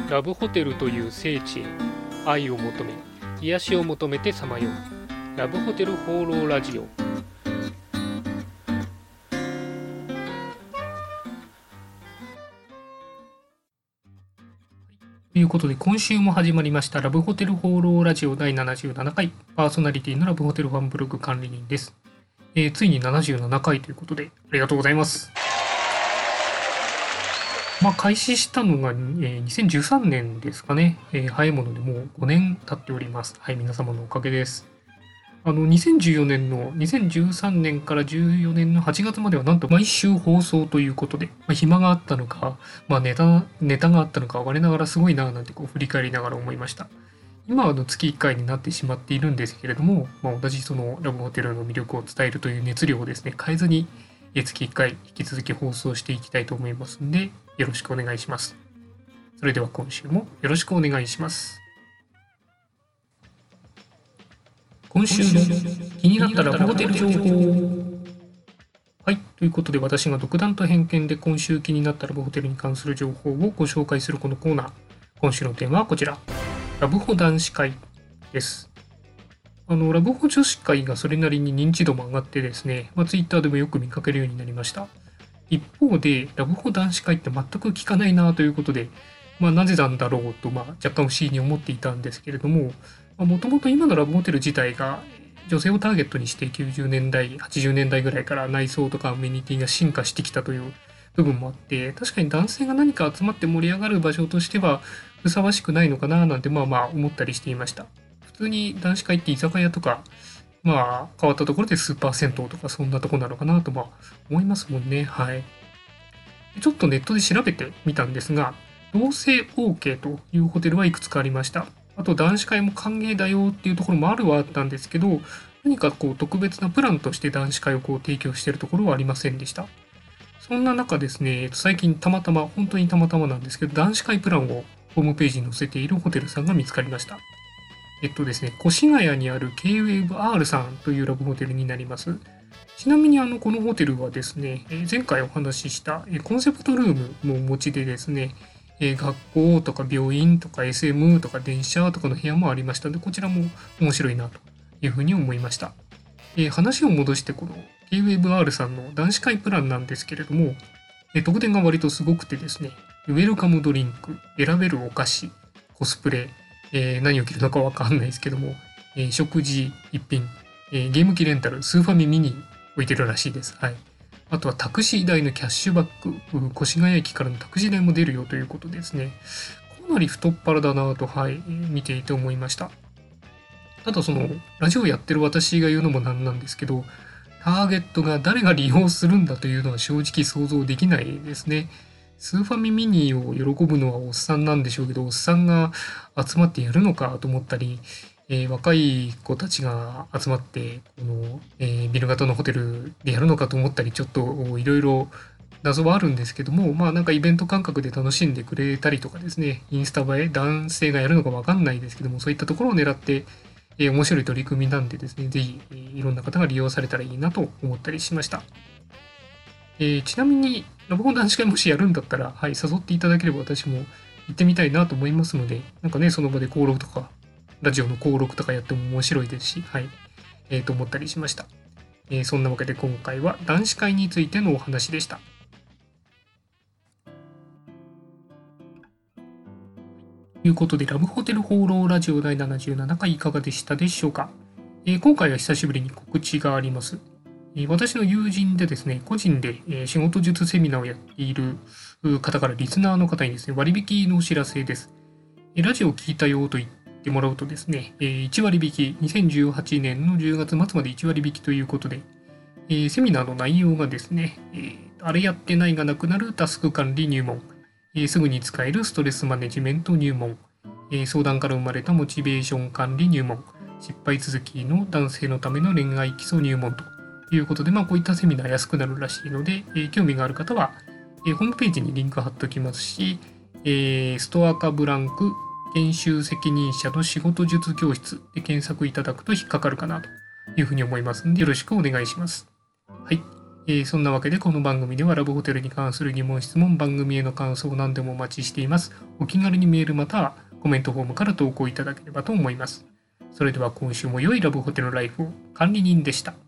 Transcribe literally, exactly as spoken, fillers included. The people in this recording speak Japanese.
ラブホテルという聖地へ愛を求め癒しを求めてさまようラブホテル放浪ラジオ。ということで今週も始まりましたラブホテル放浪ラジオだいななじゅうななかい、パーソナリティのラブホテルファンブログ管理人です。えー、ついにななじゅうななかいということでありがとうございます。まあ、開始したのが、えー、にせんじゅうさんねんですかね、えー、早いものでもうごねん経っております。はい、皆様のおかげです。あのにせんじゅうよねんのにせんじゅうさんねんからじゅうよねんのはちがつまではなんと毎週放送ということで、まあ、暇があったのか、まあ、ネタネタがあったのか我ながらすごいななんてこう振り返りながら思いました。今はの月いっかいになってしまっているんですけれども、まあ、同じそのラブホテルの魅力を伝えるという熱量をですね変えずに月いっかい引き続き放送していきたいと思いますのでよろしくお願いします。それでは今週もよろしくお願いします。今週の気になったラブホテル情報。はい、ということで私が独断と偏見で今週気になったラブホテルに関する情報をご紹介するこのコーナー。今週のテーマはこちら。ラブホ男子会です。あのラブホ女子会がそれなりに認知度も上がってですね、まあ、ツイッターでもよく見かけるようになりました。一方でラブホ男子会って全く聞かないなということで、まあ、なぜなんだろうと、まあ、若干不思議に思っていたんですけれども、もともと今のラブホテル自体が女性をターゲットにしてきゅうじゅうねんだいはちじゅうねんだいぐらいから内装とかアメニティが進化してきたという部分もあって、確かに男性が何か集まって盛り上がる場所としてはふさわしくないのかななんてまあまあ思ったりしていました。普通に男子会って居酒屋とか、まあ変わったところでスーパー銭湯とかそんなとこなのかなとまあ思いますもんね。はい。ちょっとネットで調べてみたんですが、同性 OK というホテルはいくつかありました。あと男子会も歓迎だよっていうところもあるはあったんですけど、何かこう特別なプランとして男子会をこう提供しているところはありませんでした。そんな中ですね、最近たまたま、本当にたまたまなんですけど、男子会プランをホームページに載せているホテルさんが見つかりました。えっとですね、越谷にある ケーウェーブアール さんというラブホテルになります。ちなみにあのこのホテルはですね、前回お話ししたコンセプトルームもお持ちでですね、学校とか病院とか エスエム とか電車とかの部屋もありましたので、こちらも面白いなというふうに思いました。話を戻してこの ケーウェーブアール さんの男子会プランなんですけれども、特典が割とすごくてですね、ウェルカムドリンク、選べるお菓子、コスプレ、えー、何を着るのかわかんないですけども、えー、食事一品、えー、ゲーム機レンタル、スーファミミニ置いてるらしいです。はい。あとはタクシー代のキャッシュバック、越谷駅からのタクシー代も出るよということですね。かなり太っ腹だなと、はい、見ていて思いました。ただその、ラジオやってる私が言うのもなんなんですけど、ターゲットが誰が利用するんだというのは正直想像できないですね。スーファミミニを喜ぶのはおっさんなんでしょうけど、おっさんが集まってやるのかと思ったり、えー、若い子たちが集まってこの、えー、ビル型のホテルでやるのかと思ったり、ちょっといろいろ謎はあるんですけども、まあなんかイベント感覚で楽しんでくれたりとかですね、インスタ映え、男性がやるのかわかんないですけども、そういったところを狙って、えー、面白い取り組みなんでですね、ぜひ、えー、いろんな方が利用されたらいいなと思ったりしました。えー、ちなみに、ラブホ男子会もしやるんだったら、はい、誘っていただければ私も行ってみたいなと思いますので、なんかね、その場で登録とか、ラジオの登録とかやっても面白いですし、はい、えー、と思ったりしました。えー、そんなわけで今回は男子会についてのお話でした。ということで、ラブホテル放浪ラジオだいななじゅうななかいいかがでしたでしょうか。えー、今回は久しぶりに告知があります。えー、私の友人でですね、個人で、えー、仕事術セミナーをやっている方からリスナーの方にですね、割引のお知らせです。えー、ラジオを聞いたよと言ってもらうとですね、えー、いちわり引き、にせんじゅうはちねんのじゅうがつまつまでいちわり引きということで、えー、セミナーの内容がですね、えー、あれやってないがなくなるタスク管理入門、えー、すぐに使えるストレスマネジメント入門、えー、相談から生まれたモチベーション管理入門、失敗続きの男性のための恋愛基礎入門ということで、まあ、こういったセミナー安くなるらしいので、えー、興味がある方は、えー、ホームページにリンク貼っておきますし、えー、ストアカブランク研修責任者の仕事術教室で検索いただくと引っかかるかなというふうに思いますので、よろしくお願いします。はい。 えーそんなわけでこの番組ではラブホテルに関する疑問質問、番組への感想を何でもお待ちしています。お気軽にメールまたはコメントフォームから投稿いただければと思います。それでは今週も良いラブホテルライフを。管理人でした。